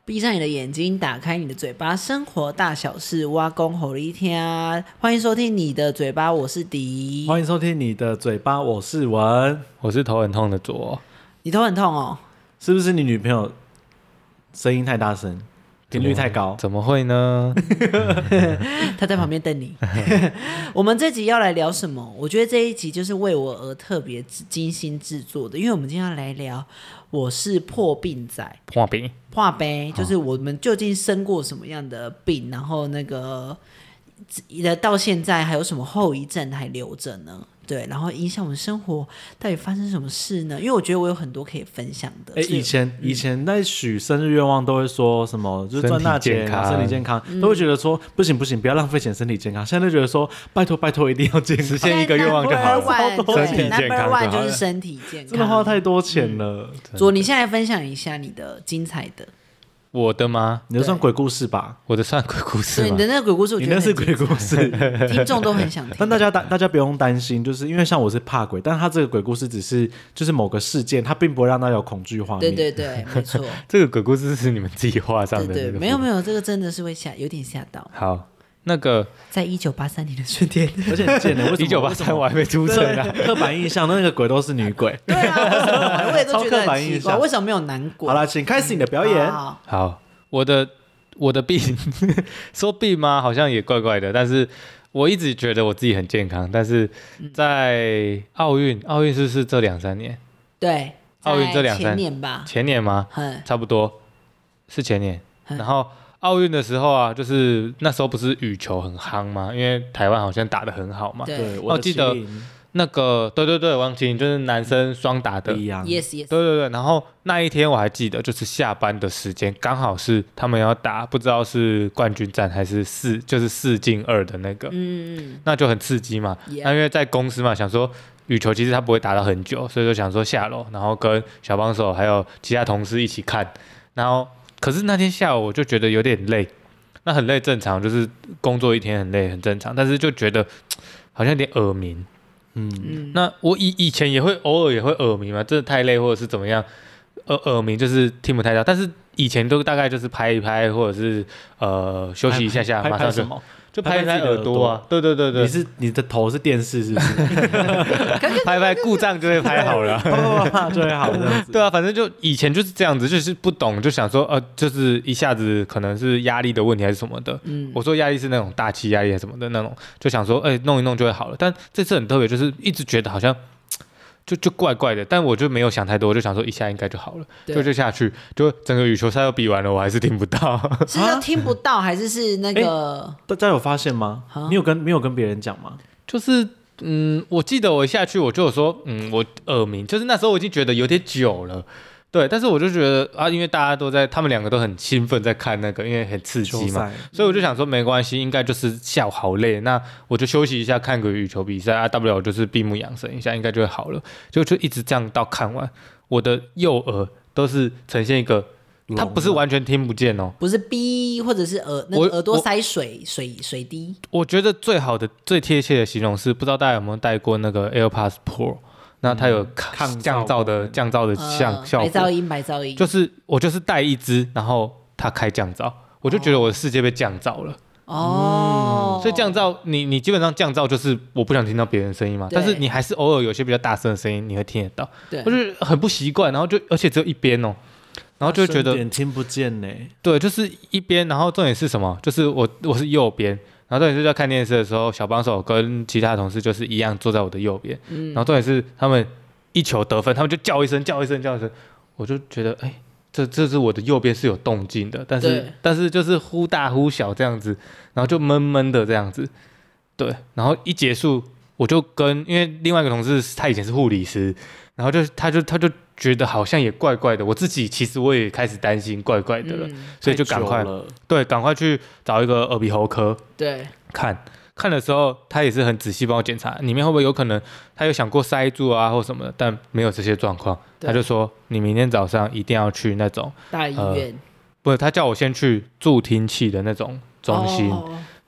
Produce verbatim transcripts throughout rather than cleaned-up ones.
闭上你的眼睛，打开你的嘴巴，生活大小事，挖公吼力听。欢迎收听你的嘴巴，我是迪。 欢迎收听你的嘴巴，我是文。 我是头很痛的左。 你头很痛哦？ 是不是你女朋友声音太大声，频率太高？ 怎么会呢？ 他在旁边瞪你。我们这集要来聊什么？我觉得这一集就是为我而特别精心制作的，因为我们今天要来聊我是破病仔。 破病破病就是我们究竟生过什么样的病，然后那个到现在还有什么后遗症还留着呢？对，然后影响我们生活到底发生什么事呢？因为我觉得我有很多可以分享的。 欸、以前、嗯、以前在许生日愿望都会说什么，就是赚大钱、身体健康，嗯、都会觉得说不行不行，不要浪费钱，身体健康。现在就觉得说拜托拜托，一定要健康， 实现一个愿望就好了，身体健康就好了。 Number one 就是身体健康， 真的花太多钱了。 左、嗯，你现在分享一下你的精彩的。 我的吗？ 你的算鬼故事吧？ 我的算鬼故事吗？ 对，你的那个鬼故事我觉得你那是鬼故事， 听众都很想听。 但大家大家不用担心，就是因为像我是怕鬼，但他这个鬼故事只是就是某个事件，他并不会让大家有恐惧画面。 对对对，没错。 这个鬼故事是你们自己画上的、那个。 对对，没有没有，这个真的是会吓，有点吓到。 好。那个在一九八三年的春天， 而且很贱的，为什么一九八三我还没出生啊？ 刻板印象，那个鬼都是女鬼。 对啊，为什么？我也都觉得很奇怪，为什么没有男鬼？ 好了，请开始你的表演。 嗯、好, 好，我的我的病，说病吗？好像也怪怪的，但是我一直觉得我自己很健康，但是在奥运，奥运是不是这两三年？ 对， 奥运这两三前年吧？ 前年吗？差不多是前年，然后。奥运的时候啊，就是那时候不是羽球很夯吗？因为台湾好像打得很好嘛。 对， 我记得那个，对对对，王麒麟就是男生双打的。 Yes Yes。 对对对，然后那一天我还记得，就是下班的时间，刚好是他们要打，不知道是冠军战还是四，就是四进二的那个。嗯。那就很刺激嘛。Yeah. 那因为在公司嘛，想说羽球其实他不会打到很久，所以就想说下楼，然后跟小帮手还有其他同事一起看，然后。可是那天下午我就觉得有点累，那很累正常，就是工作一天很累很正常，但是就觉得好像有点耳鸣。嗯，那我以以前也会偶尔也会耳鸣嘛，真的太累或者是怎么样，耳耳鸣就是听不太到，但是以前都大概就是拍一拍或者是呃休息一下下， 拍拍马上就。就拍一拍耳朵啊，对对对对， 你是你的头是电视是不是？ 拍拍故障就会拍好了， 就会好这样子。 对啊，反正就以前就是这样子，就是不懂就想说呃，就是一下子可能是压力的问题还是什么的。嗯，我说压力是那种大气压力还是什么的那种，就想说哎、欸、弄一弄就会好了。但这次很特别，就是一直觉得好像。就就怪怪的，但我就没有想太多，我就想说一下应该就好了，就就下去，就整个羽球赛都比完了，我还是听不到。 是要听不到还是是那个？ 欸、大家有发现吗？你有跟没有跟别人讲吗？ 就是嗯，我记得我下去我就有说，嗯，我耳鸣，就是那时候我已经觉得有点久了。对，但是我就觉得啊，因为大家都在，他们两个都很兴奋在看那个，因为很刺激嘛，所以我就想说没关系，应该就是下午好累，那我就休息一下，看个羽球比赛啊，大不了我就是闭目养神一下，应该就会好了。就就一直这样到看完，我的右耳都是呈现一个，它不是完全听不见哦， 不是逼或者是耳那个耳朵塞水水水滴。 我觉得最好的、最贴切的形容是，不知道大家有没有戴过那个 AirPods Pro。那它有抗降噪的降噪的效效果， 白噪音白噪音， 就是我就是带一支，然后它开降噪，我就觉得我的世界被降噪了。哦，所以降噪，你你基本上降噪就是我不想听到别人的声音嘛，但是你还是偶尔有些比较大声的声音你会听得到，我就很不习惯，然后就而且只有一边哦，然后就觉得有点听不见呢。 对，就是一边，然后重点是什么？就是我我是右边。然后重点是在看电视的时候，小帮手跟其他同事就是一样坐在我的右边。嗯、然后重点是他们一球得分，他们就叫一声叫一声叫一声，我就觉得哎，这这是我的右边是有动静的，但是但是就是忽大忽小这样子，然后就闷闷的这样子。对，然后一结束，我就跟因为另外一个同事他以前是护理师，然后就他就他就觉得好像也怪怪的，我自己其实我也开始担心怪怪的了，嗯、所以就赶快对赶快去找一个耳鼻喉科对看看的时候，他也是很仔细帮我检查里面会不会有可能他有想过塞住啊或什么的，但没有这些状况，他就说你明天早上一定要去那种大医院、呃， 不是他叫我先去助听器的那种中心。哦，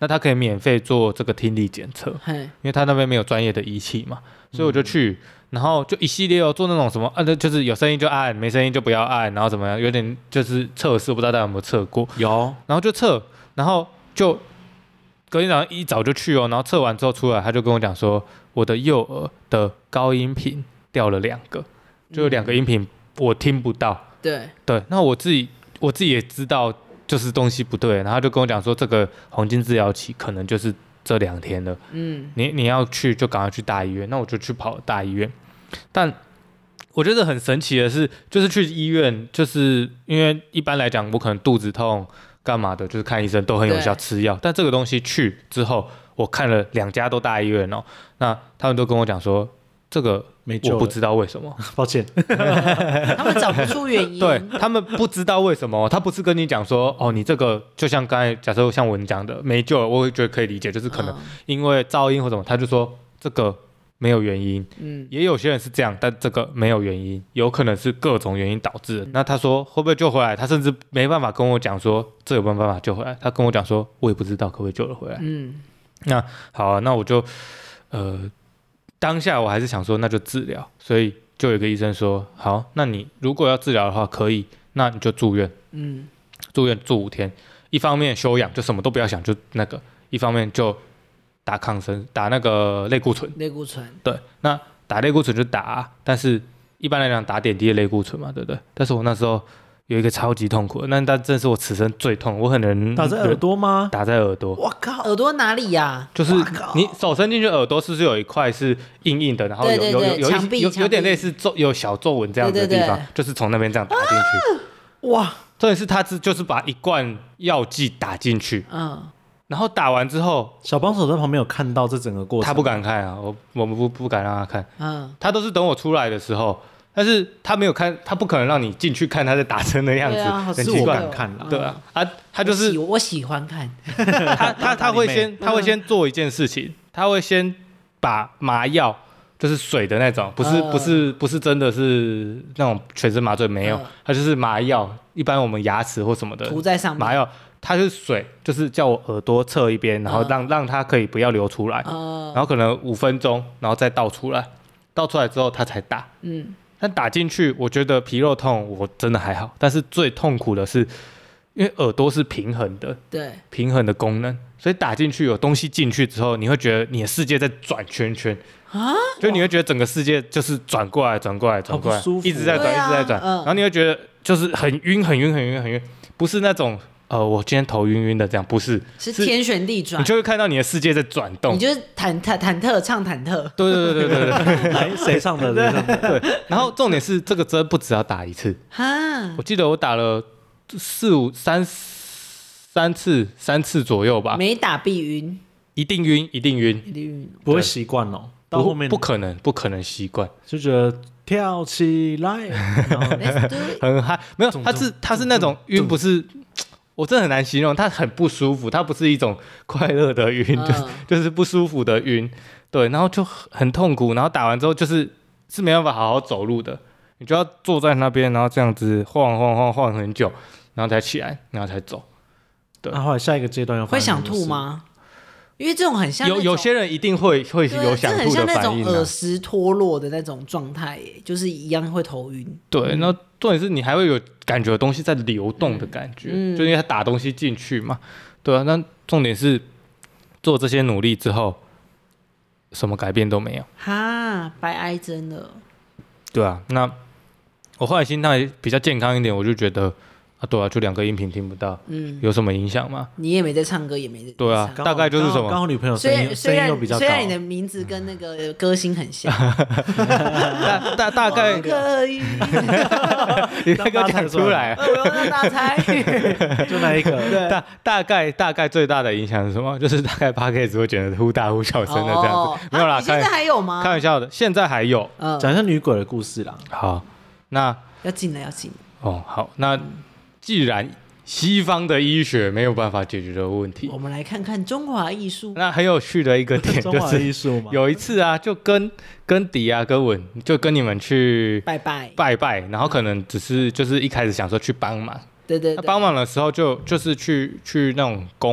那他可以免费做这个听力检测，因为他那边没有专业的仪器嘛，所以我就去。嗯，然后就一系列哦，做那种什么，啊，就是有声音就按，没声音就不要按，然后怎么样，有点就是测试，不知道大家有没有测过？ 有， 然后就测，然后就隔天早上一早就去哦，然后测完之后出来，他就跟我讲说，我的右耳的高音频掉了两个，就有两个音频我听不到。嗯、 对对，那我自己我自己也知道，就是东西不对，然后他就跟我讲说，这个黄金治疗期可能就是这两天了，嗯，你你要去就赶快去大医院，那我就去跑大医院。但我觉得很神奇的是，就是去医院，就是因为一般来讲，我可能肚子痛干嘛的，就是看医生都很有效，吃药。但这个东西去之后，我看了两家都大医院哦，那他们都跟我讲说，这个我不知道为什么， 抱歉， 他们找不出原因， 对他们不知道为什么，他不是跟你讲说，哦，你这个就像刚才假设像我讲的没救了，我会觉得可以理解，就是可能因为噪音或什么，他就说这个。没有原因，嗯，也有些人是这样，但这个没有原因，有可能是各种原因导致的。嗯、那他说会不会救回来？他甚至没办法跟我讲说这有没有办法救回来。他跟我讲说，我也不知道可不可以救得回来。嗯，那好啊，那我就呃当下我还是想说那就治疗，所以就有一个医生说，好，那你如果要治疗的话可以，那你就住院，嗯，住院住五天，一方面休养，就什么都不要想，就那个，一方面就。打抗生，打那个类固醇。 类固醇。 对，那打类固醇就打、啊，但是一般来讲打点滴的类固醇嘛，对不对？但是我那时候有一个超级痛苦的，那但真是我此生最痛，我可能打在耳朵吗？ 打在耳朵。 我靠，耳朵哪里呀、啊？ 就是你手伸进去耳朵，是不是有一块是硬硬的，然后有对对对有有有有有点类似皱有小皱纹这样子的地方，对对对就是从那边这样打进去。啊、哇！重点是他是就是把一罐药剂打进去。嗯。然后打完之后， 小帮手在旁边有看到这整个过程， 他不敢看啊，我我们不不敢让他看，嗯，他都是等我出来的时候，但是他没有看，他不可能让你进去看他在打针的样子， 啊、 很奇怪， 看了， 对啊，啊，他就是我喜, 我喜欢看， 他他他会先他会先做一件事情，他会先把麻药，就是水的那种，不是、呃、不是不是真的是那种全身麻醉没有，他、呃、就是麻药，一般我们牙齿或什么的涂在上面， 麻药。它是水，就是叫我耳朵侧一边，然后让、uh, 让它可以不要流出来， uh, 然后可能五分钟，然后再倒出来，倒出来之后它才打。嗯，但打进去，我觉得皮肉痛我真的还好，但是最痛苦的是，因为耳朵是平衡的， 对， 平衡的功能，所以打进去有东西进去之后，你会觉得你的世界在转圈圈啊，就你会觉得整个世界就是转过来、转过来、转过来，一直在转、啊，一直在转，嗯、然后你会觉得就是很晕、很晕、很晕、很晕，不是那种。呃，我今天头晕晕的，这样不是， 是天旋地转， 你就会看到你的世界在转动， 你就是忐忐忐忑唱忐忑， 对对对对对对， 来谁唱的？谁唱的？ 对，然后重点是这个针不只要打一次，哈，我记得我打了四五三三次三次左右吧， 没打必晕， 一定晕，一定晕， 一定晕， 不会习惯哦，到后面不可能不可能习惯， 就觉得。跳起来， 很嗨，没有，他是他是那种晕，不是，我真的很难形容，他很不舒服，他不是一种快乐的晕，嗯、就是就是不舒服的晕，对，然后就很痛苦，然后打完之后就是是没办法好好走路的，你就要坐在那边，然后这样子晃晃晃晃很久，然后才起来，然后才走，对。 那、啊、后来下一个阶段要会想吐吗？因为这种很像有有些人一定会会有想吐的反应、啊， 很像那种耳石脱落的那种状态，就是一样会头晕。 对，嗯、然后重点是你还会有感觉有东西在流动的感觉，嗯、就因为他打东西进去嘛。对啊，那重点是做这些努力之后，什么改变都没有。 哈，白挨针了。 对啊，那我后来心态比较健康一点，我就觉得。啊，对啊，就两个音频听不到，嗯，有什么影响吗？ 你也没在唱歌，也没在对啊，大概就是什么？ 刚好女朋友声音声音又比较高， 虽然你的名字跟那个歌星很像， 大大大概可以， 你那个讲出来， 我要让大猜， 就那一个， 大大概大概最大的影响是什么？就是大概 Podcast 会剪得忽大忽小声的这样子，没有啦， 现在还有吗？ 开玩笑的，现在还有， 讲一下女鬼的故事啦。 好，那要进了，要进了。 哦，好，那。既然西方的医学没有办法解决的问题， 我们来看看中华艺术。 那很有趣的一个点就是有一次啊，就跟跟迪啊、跟文，就跟你们去拜拜拜拜，然后可能只是就是一开始想说去帮忙， 对对对， 帮忙的时候就就是去去那种公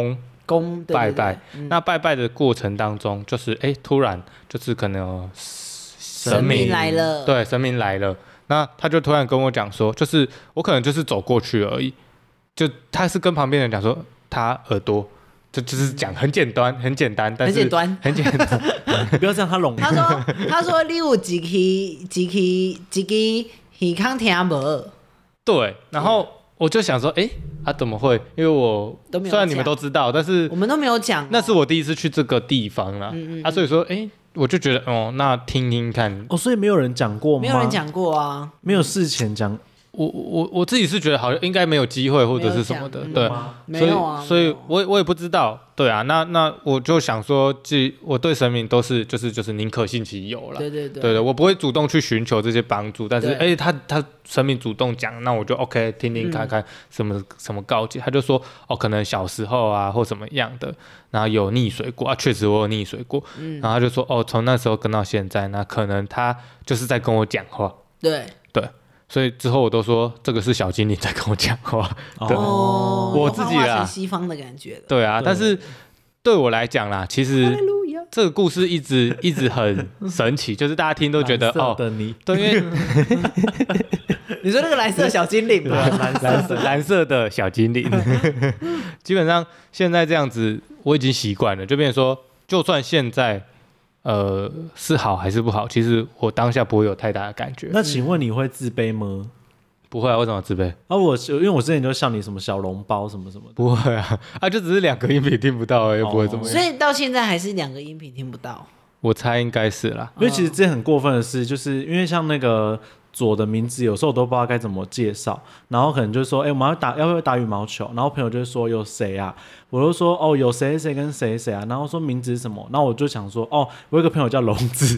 公拜拜。对对对，那拜拜的过程当中，就是哎，突然就是可能神明来了， 对，神明来了。那他就突然跟我讲说，就是我可能就是走过去而已，就他是跟旁边人讲说，他耳朵。就就是讲很简单，很简单，但是很简单， 很简单。 你不要这样，他聋。 他说：“他说你有一支一支一支耳孔听无？” 对，然后我就想说，哎、欸，啊怎么会？因为我虽然你们都知道，但是我们都没有讲、哦， 那是我第一次去这个地方啦。嗯嗯嗯啊，所以说，哎、欸，我就觉得，哦，那听听看。 哦，所以没有人讲过吗？ 没有人讲过啊， 没有事前讲。 我我我自己是觉得好像应该没有机会或者是什么的，对， 没有啊， 所以所以我我也不知道，对啊，那那我就想说，既我对神明都是就是就是宁可信其有啦， 对对对， 对的，我不会主动去寻求这些帮助，但是哎、欸，他他神明主动讲，那我就 OK 听听看看什么、嗯、什么告诫，他就说哦，可能小时候啊或什么样的，然后有溺水过啊，确实我有溺水过，嗯、然后他就说哦，从那时候跟到现在，那可能他就是在跟我讲话， 对对。所以之后我都说这个是小精灵在跟我讲话，对， 哦、 我自己啦， 成西方的感觉了。 对啊，对，但是对我来讲啦，其实这个故事一直一直很神奇，就是大家听都觉得哦，对，因为你说那个蓝色小精灵吗？ 蓝色蓝色的小精灵，基本上现在这样子我已经习惯了，就变成说，就算现在。呃，是好还是不好？其实我当下不会有太大的感觉。 那请问你会自卑吗？ 不会啊，为什么自卑？ 啊，我因为我之前就像你什么小笼包什么什么的， 不会啊，啊，就只是两个音频听不到而已，又不会怎么样。 所以到现在还是两个音频听不到。 我猜应该是啦， 因为其实这很过分的是，就是因为像那个。左的名字有时候我都不知道该怎么介绍，然后可能就说，哎、欸，我们要打要不要打羽毛球？然后朋友就说有谁啊？我就说哦，有谁谁跟谁谁啊？然后说名字是什么？然后我就想说，哦，我有一个朋友叫龙子，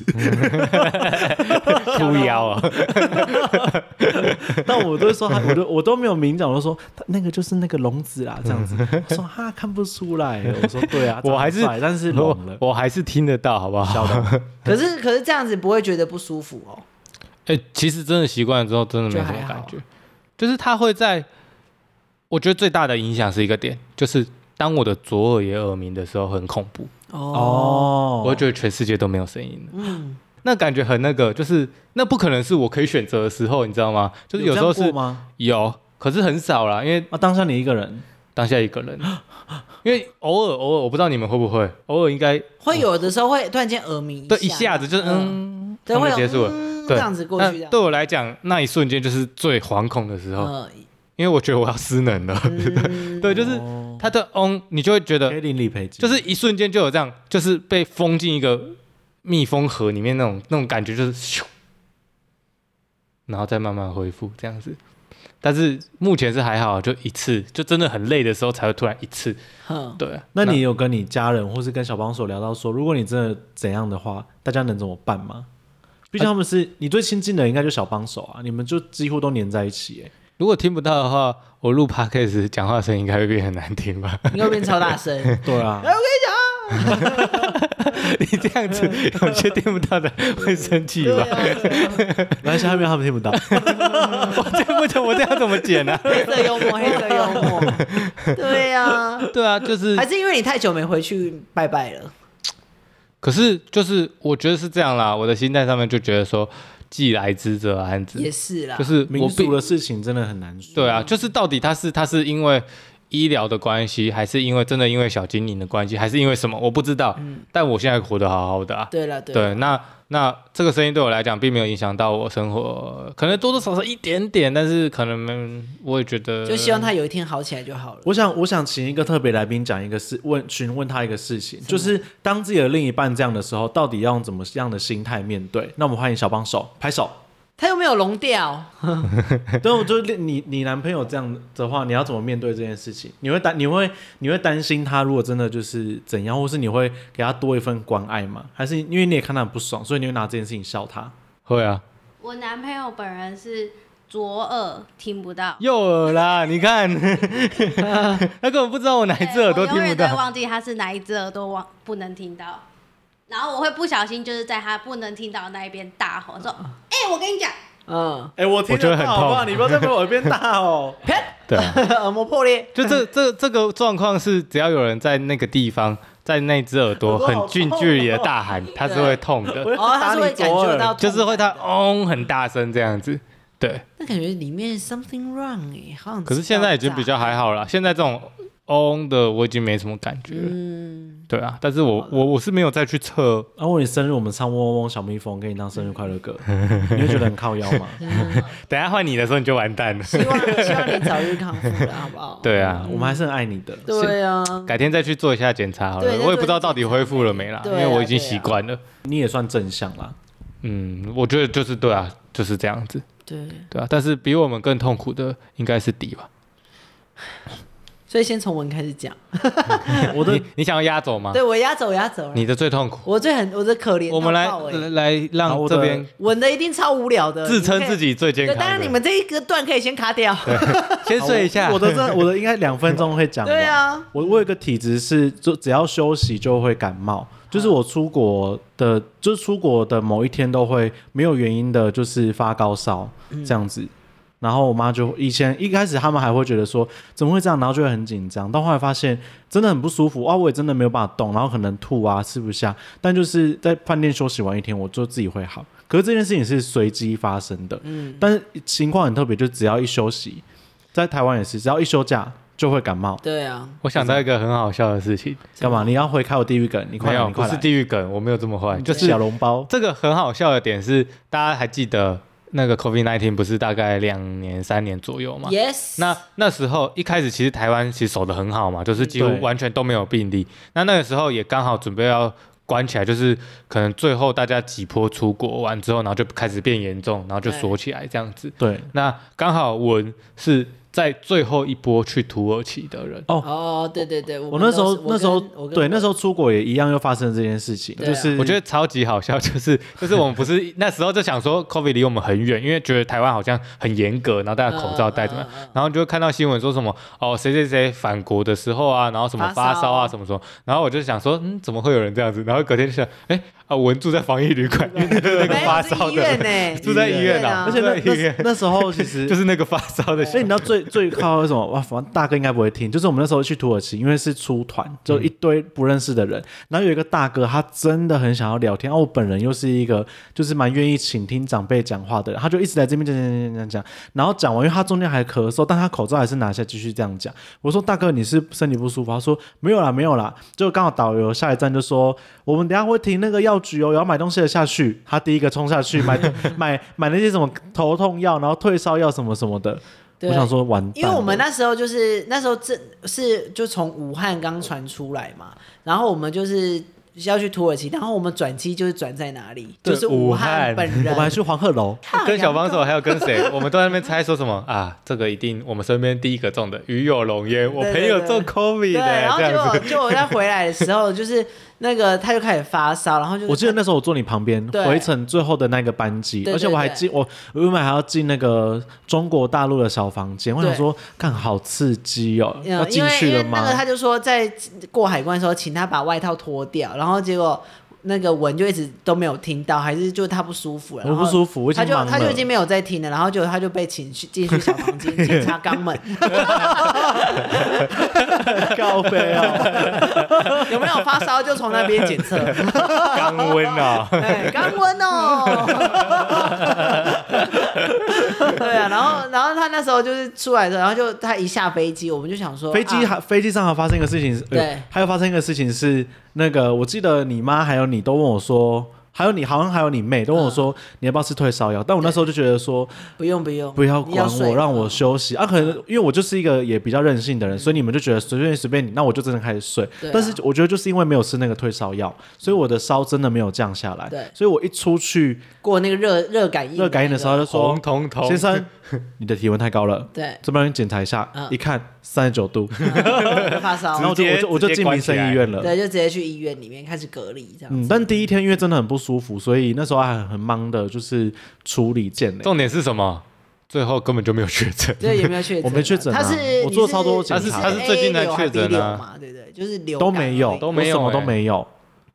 秃腰啊。 但我都说他，我都我都没有明讲，我就说那个就是那个龙子啦，这样子。我说哈看不出来，我说对啊， 我还是但是聋了我，我还是听得到，好不好？ 可是可是这样子不会觉得不舒服哦。 哎、欸，其实真的习惯了之后，真的没什么感觉。就, 就是它会在，我觉得最大的影响是一个点，就是当我的左耳也耳鸣的时候，很恐怖哦。我会觉得全世界都没有声音了。嗯，那感觉很那个，就是那不可能是我可以选择的时候，你知道吗？就是有时候是有, 吗有，可是很少啦，因为啊，当下你一个人， 当下一个人，因为偶尔偶尔，我不知道你们会不会，偶尔应该会有的时候会突然间耳鸣， 对，一下子就是嗯， 对，会结束了。 嗯这样子过去这样， 对我来讲，那一瞬间就是最惶恐的时候，呃、因为我觉得我要失能了。嗯、对，就是它的嗡，你就会觉得，就是一瞬间就有这样，就是被封进一个密封盒里面那种那种感觉，就是咻，然后再慢慢恢复这样子。但是目前是还好，就一次，就真的很累的时候才会突然一次。对， 那你有跟你家人或是跟小帮手聊到说，如果你真的怎样的话，大家能怎么办吗？毕竟他们是、啊、你最亲近的，应该就小帮手啊，你们就几乎都黏在一起。 如果听不到的话，我录 podcast 讲话声音应该会变很难听吧？ 应该会变超大声。 对啊， 我跟你讲， 你这样子有些听不到的会生气吧？ 没关系，后面他们听不到。 我这不讲，我这样怎么剪呢、啊？ 黑色幽默，黑色幽默。对呀、啊， 对啊，就是还是因为你太久没回去拜拜了。 可是就是我觉得是这样啦，我的心态上面就觉得说，既来之则安之， 也是啦。 就是民俗的事情真的很难说。 对啊，就是到底他是他是因为医疗的关系，还是因为真的因为小精灵的关系，还是因为什么？我不知道。嗯、但我现在活得好好的啊。 对了，对。 对，那那这个声音对我来讲，并没有影响到我生活，可能多多少少一点点，但是可能我也觉得， 就希望他有一天好起来就好了。 我想，我想请一个特别来宾讲一个事，问询问他一个事情，就是当自己的另一半这样的时候，到底要用怎么样的心态面对？那我们欢迎小帮手拍手。 他又没有聋掉。 对，我就是你，你男朋友这样的话，你要怎么面对这件事情？你会担，你会，你会担心他如果真的就是怎样，或是你会给他多一份关爱吗？还是因为你也看他很不爽，所以你会拿这件事情笑他？ 会啊。 我男朋友本人是左耳听不到， 右耳啦，你看，他根本不知道我哪一只耳朵听不到，我永远都会忘记他是哪一只耳朵忘不能听到。然后我会不小心就是在他不能听到的那一边大吼说：“哎、欸，我跟你讲。” 嗯， 哎、我听我觉得很到好不好？ 痛你不要再被我耳边大哦。 啪， 对啊， 耳膜破裂。 就这这这个状况是，只要有人在那个地方，在那只耳朵耳朵好很近距离的大喊，它是会痛的， 哦，他是会感觉到， 就是会它嗡很大声这样子。对， 那感觉里面 something wrong 哎，好像。 可是现在已经比较还好了，现在这种嗡的我已经没什么感觉了。 嗯， 对啊，但是我我我是没有再去测。 然后你生日，我们唱嗡嗡嗡小蜜蜂，给你当生日快乐歌，你会觉得很靠腰吗？ 等一下换你的时候你就完蛋了。 希望希望你早日康复了，好不好？ 对啊， 我们还是很爱你的。 对啊， 改天再去做一下检查好了。 对我也不知道到底恢复了没啦，因对啊为我已经习惯了。 你也算正向啦。 嗯，我觉得就是对啊，就是这样子。 对， 对啊，但是比我们更痛苦的应该是底吧？ 所以先从文开始讲。 我的你你想要压轴吗？ 对我压轴压轴了， 你的最痛苦。 我最很我的可怜到我们来爆欸来好让我的这边文的一定超无聊的， 自称你可以自己最健对， 康的。 当然你们这一个段可以先卡掉。 先睡一下。 我的这我的应该两分钟会讲完。 对啊， 我我有一个体质是，就只要休息就会感冒，就是我出国的，就是出国的某一天都会没有原因的，就是发高烧这样子。然后我妈就以前一开始他们还会觉得说怎么会这样，然后就会很紧张，到后来发现真的很不舒服啊，我也真的没有办法动，然后可能吐啊吃不下，但就是在饭店休息完一天，我就自己会好。可是这件事情是随机发生的，嗯，但是情况很特别，就只要一休息，在台湾也是，只要一休假就会感冒。 对啊， 我想到一个很好笑的事情， 干嘛？你要回开我地狱梗？你快来， 没有， 你快来不是地狱梗，我没有这么坏，就是小笼包。 这个很好笑的点是，大家还记得那个 COVID 十九 不是大概两年三年左右嘛？ Yes， 那那时候一开始其实台湾其实守得很好嘛，就是几乎对完全都没有病例。那那个时候也刚好准备要关起来，就是可能最后大家几波出国完之后，然后就开始变严重，然后就锁起来这样子。 对， 那刚好文是在最后一波去土耳其的人。 哦， 哦，对对对，我我那时候们都是那时候我跟对那时候候出国也一样又发生了这件事情， 对啊就是我觉得超级好笑，就是就是我们不是那时候就想说 COVID 离我们很远，因为觉得台湾好像很严格，然后大家口罩戴怎么样， 嗯嗯嗯嗯然后就会看到新闻说什么哦谁谁谁返国的时候啊，然后什么发烧啊什么什么，然后我就想说嗯怎么会有人这样子，然后隔天就想哎啊文住在防疫旅馆，因为他就是那个发烧的医院人， 呢， 住在医院啊， 而且那住在医院那那时候其实就是那个发烧的， 所以你知道最最靠为什么哇？反正大哥应该不会听。就是我们那时候去土耳其，因为是出团，就一堆不认识的人，然后有一个大哥，他真的很想要聊天。然后我本人又是一个就是蛮愿意倾听长辈讲话的人，他就一直在这边讲讲讲讲讲，然后讲完，因为他中间还咳嗽，但他口罩还是拿下继续这样讲。我说大哥你是身体不舒服？他说没有啦没有啦。就刚好导游下一站就说我们等一下会停那个药局哦，要买东西的下去。他第一个冲下去买买买那些什么头痛药，然后退烧药什么什么的。 对我想说完蛋了， 因为我们那时候就是那时候这是就从武汉刚传出来嘛，然后我们就是要去土耳其，然后我们转机就是转在哪里， 对就是武武汉汉本人。 我们还去黄鹤楼。 跟小帮手还有跟谁，我们都在那边猜说什么啊？这个一定我们身边第一个中的与有龙焉，我朋友中 COVID 对， 的， 然后结这样子果就我在回来的时候，就是那个他就开始发烧，然后就是我记得那时候我坐你旁边， 对回程最后的那个班机， 对对而且我还进我我原本还要进那个中国大陆的小房间，我想说看好刺激哦， 嗯要进因为去了吗因为那个？他就说在过海关的时候，请他把外套脱掉，然后结果那个文就一直都没有听到，还是就他不舒服了， 我然后不舒服，我已他就经忙了他就已经没有在听了，然后就他就被请去进去小房间检查肛门， 高飞哦， 有没有发烧就从那边检测， 肛温啊， 哎，肛温哦，对啊，然后然后他那时候就是出来的，然后就他一下飞机，我们就想说飞机啊还飞机上还发生一个事情，呃对还有发生一个事情是那个，我记得你妈还有你都问我说。还有你，好像还有你妹都问我说、嗯、你要不要吃退烧药？但我那时候就觉得说不用不用， 不要管我，让我嗯休息啊。可能因为我就是一个也比较任性的人，嗯、所以你们就觉得随便随便你，那我就真的开始睡。 啊、 但是我觉得就是因为没有吃那个退烧药，所以我的烧真的没有降下来。 对， 所以我一出去过那个热热感应、那個， 热感应的时候就说红彤彤先生，你的体温太高了， 对， 这边检查一下， 嗯、 一看三十九度， 嗯、发烧， 然后我就我就我就进民生医院了， 对，就直接去医院里面开始隔离这样子。 嗯，但第一天因为真的很不舒服，所以那时候还很很忙的，就是处理健嘞。 重点是什么？最后根本就没有确诊， 对，也没有确诊， 我没确诊、啊， 他是我做超多检查， 他是他是最近才确诊啊， 嘛，对不对？就是流都没有， 都没有、欸， 什么都没有。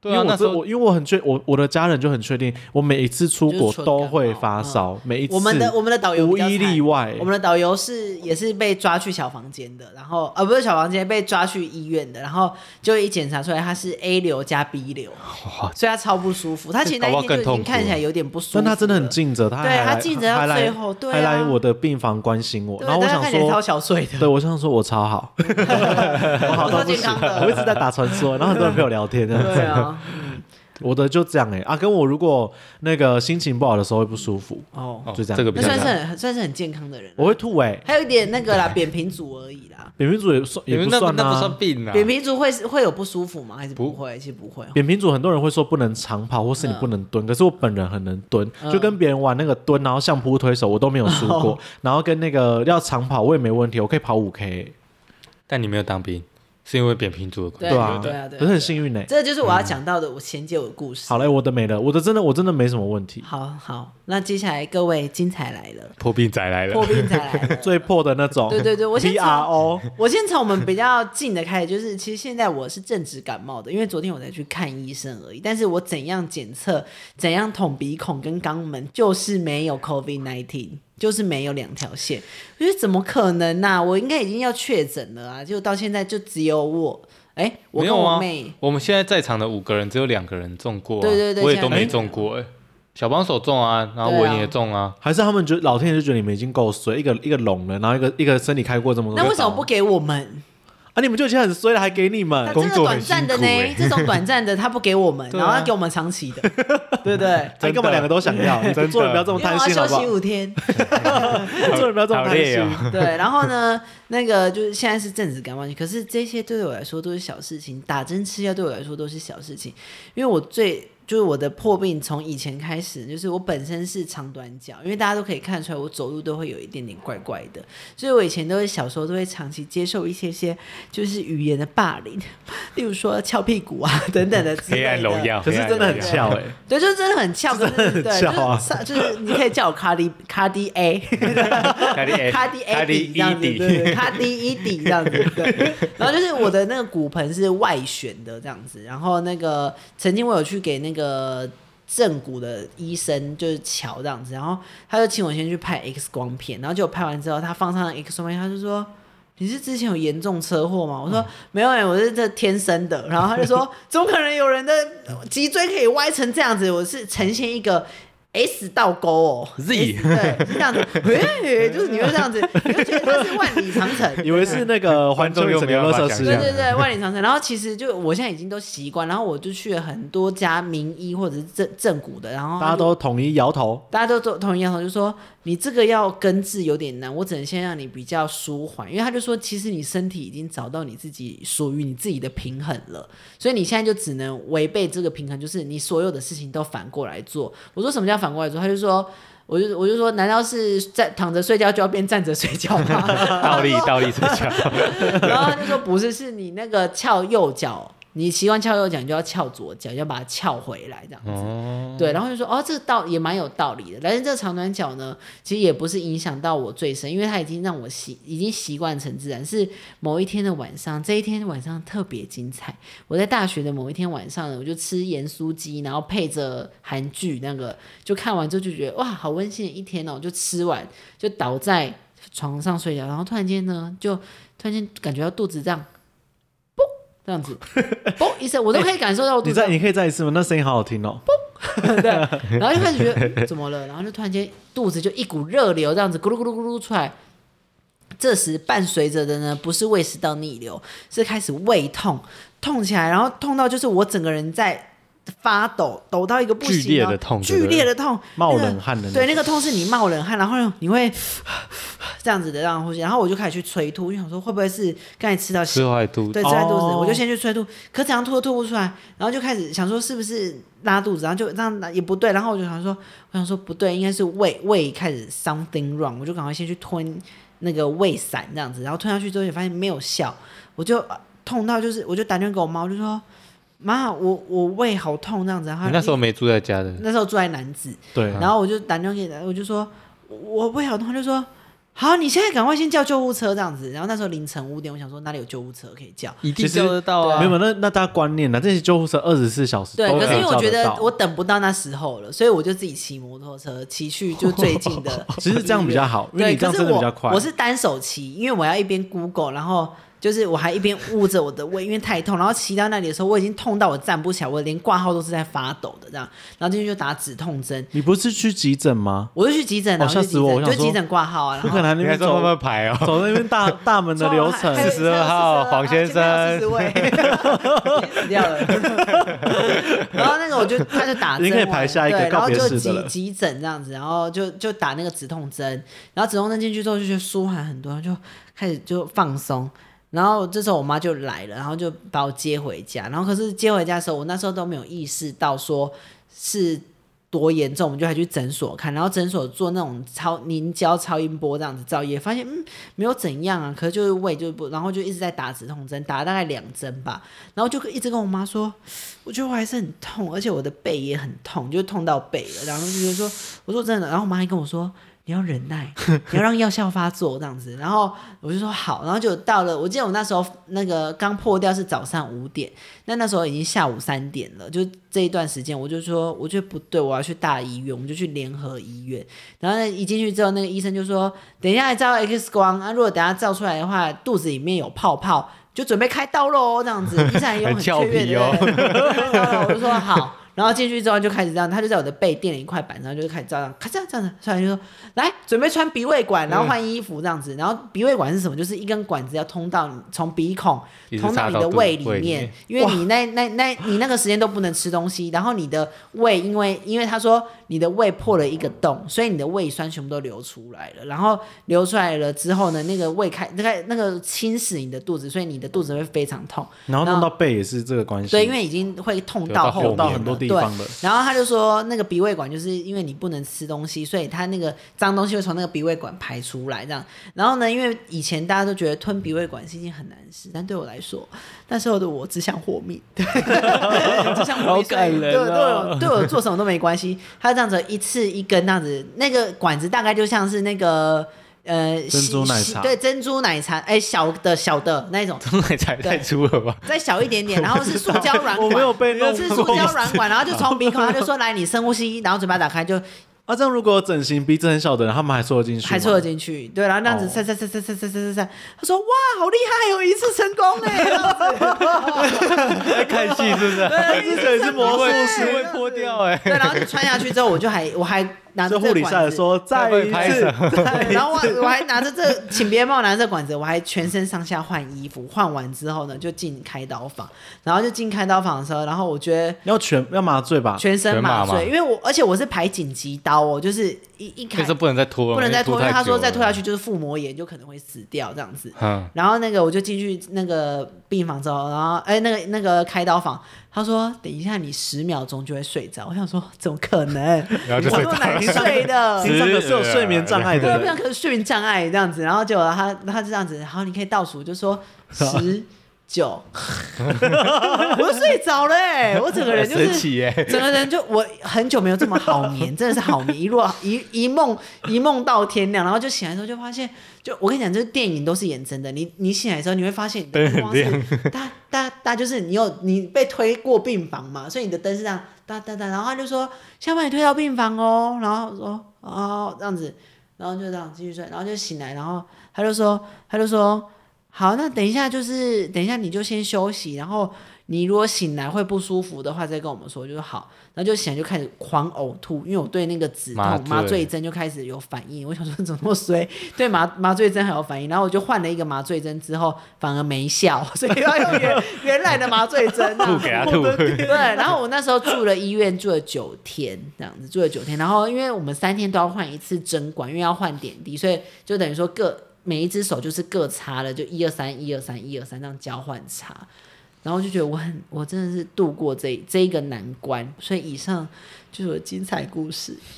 对啊， 因为我那时候这我因为我很确我我的家人就很确定，我每一次出国就是纯都会感冒发烧，每一次我们的我们的导游无比较惨一例外我。们的导游是也是被抓去小房间的，然后呃不是小房间，被抓去医院的，然后就一检查出来他是 A 流加 B 流，所以他超不舒服。他其实那一天就已经看起来有点不舒服了， 但他真的很尽责，他还对来他尽责到还来最后对啊还来我的病房关心我， 对， 然后我想但他看起来超说， 小碎的， 对我想说我超好，我好到不行， 超健康的我一直在打传说，然后很多人陪我聊天这样子对啊， 我的就这样哎、欸、啊，跟我如果那个心情不好的时候会不舒服， 哦， 哦就这样那这个比较算是难。 很算是很健康的人， 我会吐哎、欸， 还有一点那个啦，扁平足而已啦。 扁平足也算你们那也不算那不算啊。 病啊， 扁平足会是会有不舒服吗？还是不不会？其实不会哦。 扁平足很多人会说不能长跑，或是你不能蹲，可是我本人很能蹲，就跟别人玩那个蹲，然后相扑推手我都没有输过， 哦然后跟那个要长跑我也没问题，我可以跑五 K，、 但你没有当兵，是因为扁平足的关系。 对啊， 对啊对啊可是很幸运呢、欸。 这就是我要讲到的，我衔接我的故事。 好嘞，我的没了，我的真的我真的没什么问题。 好好，那接下来各位精彩来了， 破病仔来了破，冰才来了。 最破的那种， 对对对，我先 P R O， 我先从我们比较近的开始，就是其实现在我是正值感冒的，因为昨天我才去看医生而已。但是我怎样检测、怎样捅鼻孔跟肛门，就是没有 COVID 十九，就是没有两条线。我觉得怎么可能呐、啊？我应该已经要确诊了啊！就到现在就只有我，哎，我跟没有啊我妹， 我们现在在场的五个人只有两个人中过、啊， 对对对我也都没现在中过哎、小帮手中啊，然后对啊我也中啊， 还是他们觉得老天爷就觉得你们已经够衰，一个一个聋了，然后一个一个身体开过这么多个刀， 那为什么不给我们？ 啊？你们就已经很衰了，还给你他们？ 这个工作很短暂的呢， 辛苦欸这种短暂的他不给我们， 对啊然后他给我们长期的，对不对？ 哎，干嘛两个都想要？你真的做人不要这么因为我贪心，好不好要休息？五天， 做人不要这么好贪心。 累哦。 对，然后呢，那个就是现在是正值感冒期，可是这些对我来说都是小事情，打针吃药对我来说都是小事情，因为我最就是我的破病从以前开始，就是我本身是长短脚，因为大家都可以看出来我走路都会有一点点怪怪的，所以我以前都会小时候都会长期接受一些些就是语言的霸凌，例如说翘屁股啊等等的之类黑的。 暗荣耀， 可是真的很翘哎， 对，就是真的很翘，可是很对， 翘啊就是就是你可以叫我卡迪卡迪 A， 卡迪 A， 卡迪 A 卡迪底这样子，对 E 对对卡迪 E 底这样子，对。然后就是我的那个骨盆是外旋的这样子，然后那个曾经我有去给那个正骨的医生就是瞧这样子，然后他就请我先去拍 X 光片，然后结果拍完之后，他放上 X 光片，他就说。你是之前有严重车祸吗？我说、嗯、没有、欸，我是这天生的。然后他就说，怎么可能有人的脊椎可以歪成这样子？我是呈现一个 S 倒钩哦 ，Z， 对，是这样子，欸、就是你会这样子，你会觉得它是万里长城， 以为是那个环中有游乐设施， 对对对，万里长城。然后其实就我现在已经都习惯，然后我就去了很多家名医或者是正正骨的，然后大家都统一摇头， 大家都都统一摇头，就说你这个要根治有点难，我只能先让你比较舒缓，因为他就说其实你身体已经找到你自己属于你自己的平衡了，所以你现在就只能违背这个平衡，就是你所有的事情都反过来做。我说什么叫反过来做？他就说。我就我就说，难道是在躺着睡觉就要变站着睡觉吗？ 倒立倒立睡觉。 然后他就说不是，是你那个翘右脚，你习惯翘右脚，你就要翘左脚，要把它翘回来这样子。哦、对，然后就说哦，这个道也蛮有道理的。但是这个长短脚呢，其实也不是影响到我最深，因为它已经让我习已经习惯成自然。是某一天的晚上，这一天晚上特别精彩。我在大学的某一天晚上呢，我就吃盐酥鸡，然后配着韩剧，那个就看完之后就觉得哇，好温馨的一天哦！就吃完就倒在床上睡觉，然后突然间呢，就突然间感觉到肚子这样。这样子，嘣一声，我都可以感受到我肚子、 欸。你再，你可以再一次吗？那声音好好听哦。 嘣，对，然后就开始觉得、嗯、怎么了，然后就突然间肚子就一股热流，这样子咕噜咕噜咕噜出来。这时伴随着的呢，不是胃食道逆流，是开始胃痛，痛起来，然后痛到就是我整个人在发抖，抖到一个不行， 剧烈的痛， 剧烈的痛， 冒冷汗的、那個。 对，那个痛是你冒冷汗，然后你会这样子的让呼吸，然后我就开始去催吐，因为想说会不会是刚才吃到吃坏肚子， 对，吃坏肚子， 哦、 我就先去催吐，可怎样吐都吐不出来，然后就开始想说是不是拉肚子，然后就这样也不对，然后我就想说，我想说不对，应该是胃胃开始 something wrong， 我就赶快先去吞那个胃散这样子，然后吞下去之后也发现没有效，我就痛到就是我就打电话给我妈，我就说。妈，我我胃好痛这样子。 你那时候没住在家的， 那时候住在南子。 对。 然后我就打电话给他，我就说我胃好痛，他就说好，你现在赶快先叫救护车这样子。然后那时候凌晨五点，我想说哪里有救护车可以叫？ 一定叫得到啊！ 没有，那那大家观念呢？这些救护车二十四小时对， 都可是因为我觉得可以叫得到我等不到那时候了，所以我就自己骑摩托车骑去就最近的。 其实这样比较好，因为对， 你这样真的比较快。 我, 我是单手骑，因为我要一边 Google， 然后就是我还一边捂着我的胃，因为太痛。然后骑到那里的时候，我已经痛到我站不起来，我连挂号都是在发抖的这样。然后进去就打止痛针。 你不是去急诊吗？ 我就去急诊，然后吓死我！我就急诊挂号啊。 我可能那边走慢慢排哦， 走那边大大门的流程。 四十二号黄先生， 四十位，死掉了。然后那个我就他就打针， 你可以排下一个告别式的了。 然后就急急诊这样子，然后就就打那个止痛针，然后止痛针进去之后就觉得舒缓很多，就开始就放松。然后这时候我妈就来了，然后就把我接回家。然后可是接回家的时候，我那时候都没有意识到说是多严重，我们就还去诊所看，然后诊所做那种超凝胶超音波这样子照，也发现嗯没有怎样啊，可是就是胃就不，然后就一直在打止痛针，打了大概两针吧，然后就一直跟我妈说，我觉得我还是很痛，而且我的背也很痛，就痛到背了，然后就觉得说，我说真的，然后我妈还跟我说。你要忍耐，你要让药效发作这样子，然后我就说好，然后就到了，我记得我那时候那个刚破掉是早上五点，那那时候已经下午三点了，就这一段时间我就说我觉得不对，我要去大医院，我们就去联合医院，然后呢一进去之后，那个医生就说等一下来照 X 光啊，如果等一下照出来的话，肚子里面有泡泡，就准备开刀咯这样子，医生还用很雀跃的，我就说好。然后进去之后就开始这样，他就在我的背垫了一块板，然后就开始照样，咔嚓这样子，出来就说来准备穿鼻胃管，然后换衣服这样子。然后鼻胃管是什么？就是一根管子要通到从鼻孔通到你的胃里面，因为你那那那你那个时间都不能吃东西，然后你的胃因为因为他说你的胃破了一个洞，所以你的胃酸全部都流出来了。然后流出来了之后呢，那个胃开那个那个侵蚀你的肚子，所以你的肚子会非常痛。 然后弄到背也是这个关系。 对，因为已经会痛到后面到很多地方。 对，然后他就说那个鼻胃管就是因为你不能吃东西，所以他那个脏东西会从那个鼻胃管排出来这样。然后呢，因为以前大家都觉得吞鼻胃管是一件很难事，但对我来说，那时候的我只想活命，只想活命， 好感人对我对我做什么都没关系。他这样子一次一根这样子，那个管子大概就像是那个。呃， 珍珠奶茶对珍珠奶茶，哎、欸，小的小的那种， 珍珠奶茶太粗了吧？ 再小一点点，然后是塑胶软管， 我没有被弄是塑胶软管，然后就从鼻孔，他就说来你深呼吸，然后嘴巴打开就。 啊，这样如果有整形鼻子很小的人，他们还戳得进去吗？ 还戳得进去，对，然后那样子塞塞塞塞塞塞塞塞，他说哇，好厉害哦，一次成功哎，在看戏是不是？ 对， 这个是魔术师会破掉哎。 对，然后就穿下去之后，我就还我还拿着这护理下来说再一次， 然后我我还拿着这，请别人帮我拿着这管子，我还全身上下换衣服，换完之后呢，就进开刀房，然后就进开刀房的时候，然后我觉得要全要麻醉吧， 全身麻醉，因为我而且我是排紧急刀哦，就是一一开就是不能再拖了， 不能再拖，因为他说再拖下去就就是腹膜炎，就可能会死掉这样子。 嗯， 然后那个我就进去那个病房之后，然后哎那个那个开刀房，他说等一下你十秒钟就会睡着，我想说怎么可能？ 然后就睡着我难睡的。 你上个是有睡眠障碍的对， 人， 不像可是睡眠障碍这样子，然后结果他他就这样子，然后你可以倒数，就说十。九，我就睡着了哎、欸，我整个人就是整个人就我很久没有这么好眠，真的是好眠，一落一一梦一梦到天亮，然后就醒来的时候就发现，就我跟你讲，这电影都是演真的，你你醒来的时候你会发现你的灯光是哒哒哒，就是你有你被推过病房嘛，所以你的灯是这样哒哒哒，然后他就说先把你推到病房哦，然后说哦这样子，然后就这样继续睡，然后就醒来，然后他就说他就说。好，那等一下就是等一下你就先休息，然后你如果醒来会不舒服的话再跟我们说，就是好。然后就醒来就开始狂呕吐，因为我对那个止痛麻醉, 麻醉针就开始有反应。我想说怎么那么衰，对麻麻醉针还有反应，然后我就换了一个麻醉针之后反而没效，所以要用原原来的麻醉针、啊， 吐给他吐。 对，然后我那时候住了医院住了九天，这样子住了九天，然后因为我们三天都要换一次针管，因为要换点滴，所以就等于说各。每一只手就是各插了，就一二三一二三一二三这样交换插，然后就觉得我很我真的是度过这这一个难关，所以以上就是我的精彩故事。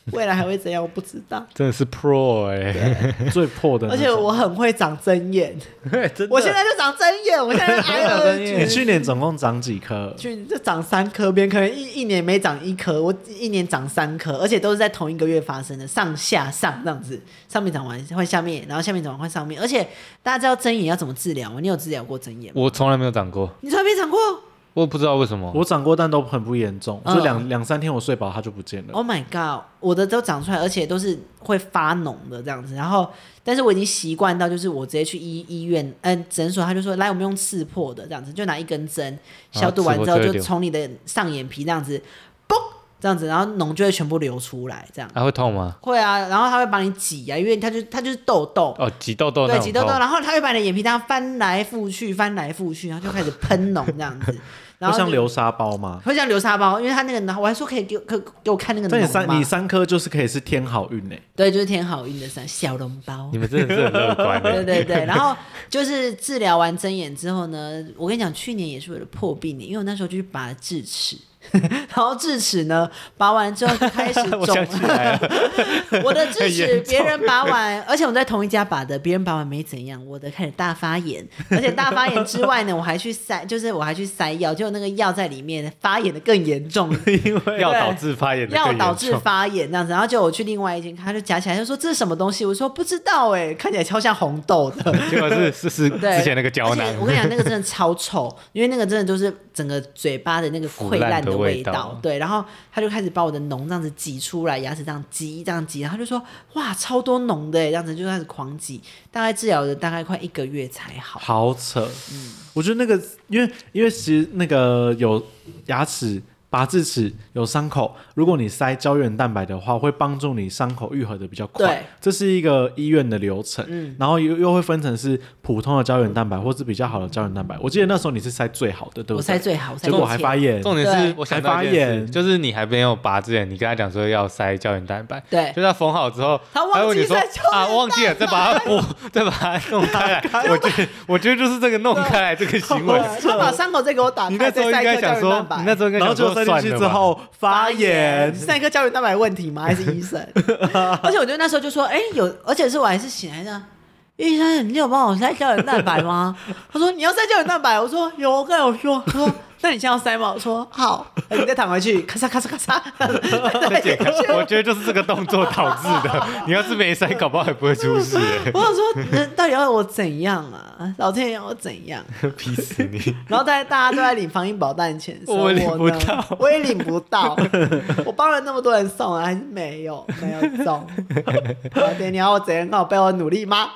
未来还会怎样我不知道。 真的是 pro 哎、 欸，最破的那种。 而且我很会长针眼， 真的我现在就长针眼，我现在就挨了。 你去年总共长几颗？ 去年就长三颗，别人可能一一年没长一颗，我一年长三颗，而且都是在同一个月发生的，上下上这样子，上面长完换下面，然后下面长完换上面。而且大家知道针眼要怎么治疗吗？你有治疗过针眼吗？ 我从来没有长过， 你从来没长过？ 我不知道为什么。 我长过，但都很不严重， 嗯就两两三天我睡饱它就不见了。 Oh my god， 我的都长出来，而且都是会发脓的这样子。然后，但是我已经习惯到，就是我直接去医医院，嗯、呃，诊所他就说，来，我们用刺破的这样子，就拿一根针消毒完之后，就从你的上眼皮这样子，嘣，这样子，然后脓就会全部流出来，这样。 还、啊、会痛吗？ 会啊，然后他会帮你挤啊，因为他就他就是痘痘。 哦，挤痘痘那种痛。 对，挤痘痘，然后他会把你的眼皮这样翻来覆去，翻来覆去，然后就开始喷脓这样子。然后会像流沙包吗？ 会像流沙包，因为他那个，我还说可以给给给我看那个脓吗？ 但你三你三颗就是可以是天好运哎。 对，就是天好运的三小笼包。 你们真的是很乐观的。 对对对，然后就是治疗完针眼之后呢，我跟你讲，去年也是为了破病年，因为我那时候就去拔智齿。然后智齿呢，拔完之后就开始肿。 我想起来了， 我的智齿别人拔完，而且我们在同一家拔的，别人拔完没怎样，我的开始大发炎，而且大发炎之外呢，我还去塞，就是我还去塞药，结果那个药在里面发炎的更严重， 因为药导致发炎的更严重， 药导致发炎这样子，然后就我去另外一间，他就夹起来就说这是什么东西，我说不知道哎、欸，看起来超像红豆的， 结果是是是之前那个胶囊。 我跟你讲，那个真的超臭，因为那个真的就是整个嘴巴的那个溃烂的味道， 味道对，然后他就开始把我的脓这样子挤出来，牙齿这样挤这样挤，然后他就说哇超多脓的，这样子就开始狂挤，大概治疗了大概快一个月才好。 好扯，嗯，我觉得那个因为因为其实那个有牙齿拔智齿有伤口，如果你塞胶原蛋白的话，会帮助你伤口愈合的比较快。这是一个医院的流程，嗯、然后又又会分成是普通的胶原蛋白，或是比较好的胶原蛋白。我记得那时候你是塞最好的，对不对？ 我塞最好， 结果还发炎。 重点是我想到一件事，就是你还没有拔之前，你跟他讲说要塞胶原蛋白， 对， 就他缝好之后， 他忘记塞胶原蛋白啊，忘记了，再把它补，再把它弄开来。我觉得，我觉得就是这个弄开来这个行为。 他把伤口再给我打开， 你那时候应该想说，你那时候应该想说， 然后就塞进去之后。发炎是那颗胶原蛋白问题吗？还是医生？而且我觉得那时候就说，哎、欸，有，而且是我还是醒来的。医生，你有帮我塞胶原蛋白吗？他说你要塞胶原蛋白，我说有，我跟我说，他说那你现在要塞吗？我说好，你再躺回去，咔嚓咔嚓咔嚓， 再解开。我觉得就是这个动作导致的。你要是没塞，搞不好还不会出事。 我想说，到底要我怎样啊？老天爷要我怎样？ 逼死你！ 然后大家大家都在领防疫保单钱， 我领不到， 我也领不到。我帮了那么多人送了，还是没有没有中。老天，你要我怎样？看我背后努力吗？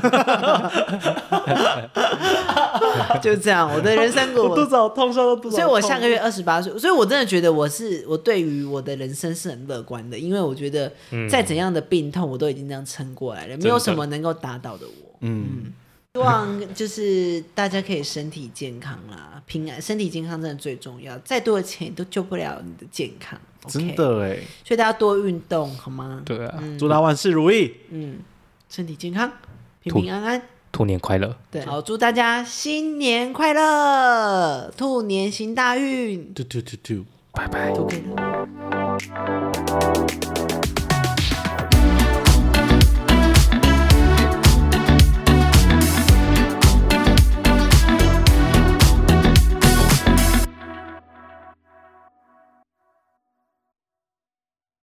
就这样，我的人生我肚子好痛，笑到肚子好痛。 所以我下个月二十八岁，所以我真的觉得我是我对于我的人生是很乐观的，因为我觉得再怎样的病痛，我都已经这样撑过来了，没有什么能够打倒的我。嗯。嗯希望就是大家可以身体健康啦，平安，身体健康真的最重要，再多的钱都救不了你的健康。 真的哎， 所以大家多运动好吗？ 对啊， 嗯、 祝他万事如意。 嗯，身体健康，平平安安， 兔年快乐。 对，好，祝大家新年快乐，兔年行大运。 嘟嘟嘟嘟， 拜拜。 都可以了。